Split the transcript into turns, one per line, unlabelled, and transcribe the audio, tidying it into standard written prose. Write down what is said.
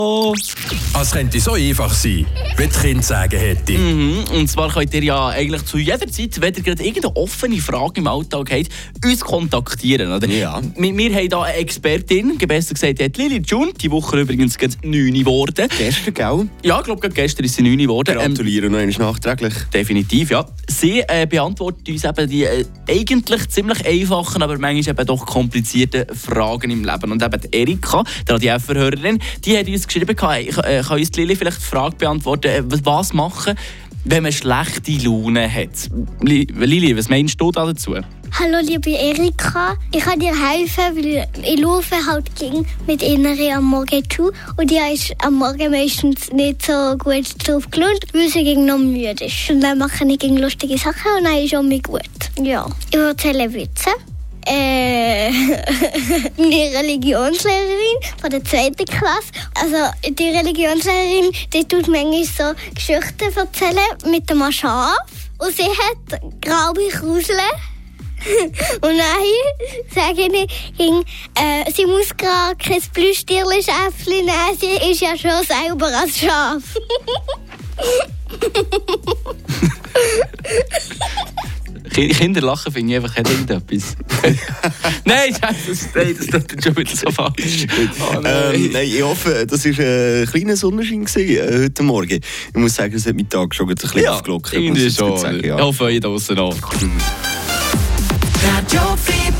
Es könnte so einfach sein, wie die Kinder sagen hätte.
Und zwar könnt ihr ja eigentlich zu jeder Zeit, wenn ihr gerade irgendeine offene Frage im Alltag habt, uns kontaktieren. Oder?
Ja.
Wir haben hier eine Expertin, besser gesagt, die hat Lili Jun, die Woche übrigens 9 geworden.
Gestern, gell?
Ja, ich glaube, gestern ist sie 9 geworden.
Gratulieren noch einmal nachträglich.
Definitiv, ja. Sie beantwortet uns eben die eigentlich ziemlich einfachen, aber manchmal eben doch komplizierten Fragen im Leben. Und eben die Erika, die ADF-Hörerin, die hat uns geschrieben, kann uns die Lili vielleicht die Frage beantworten, was machen, wenn man schlechte Laune hat? Lili, was meinst du dazu?
Hallo liebe Erika, ich kann dir helfen, weil ich laufe halt mit Innere am Morgen zu und die ist am Morgen meistens nicht so gut drauf gelohnt, weil sie noch müde ist. Und dann mache ich lustige Sachen und dann ist auch mir gut. Ja, ich erzähle Witze. Meine Religionslehrerin von der 2. Klasse. Also die Religionslehrerin, die tut manchmal so Geschichten erzählen mit dem Schaf. Und sie hat graue Krusel. Und dann sage ich, sie muss gar kein Plüschtierli-Schäfchen nehmen, sie ist ja schon selber ein Schaf.
Kinder lachen finde ich einfach irgendetwas. Nein, das tut schon wieder so falsch.
Nein, ich hoffe, das war ein kleiner Sonnenschein heute Morgen. Ich muss sagen, es hat meinen Tag schon ein bisschen aufgelockt.
Irgendwie schon. Ich hoffe, ihr da draussen auch.
Radio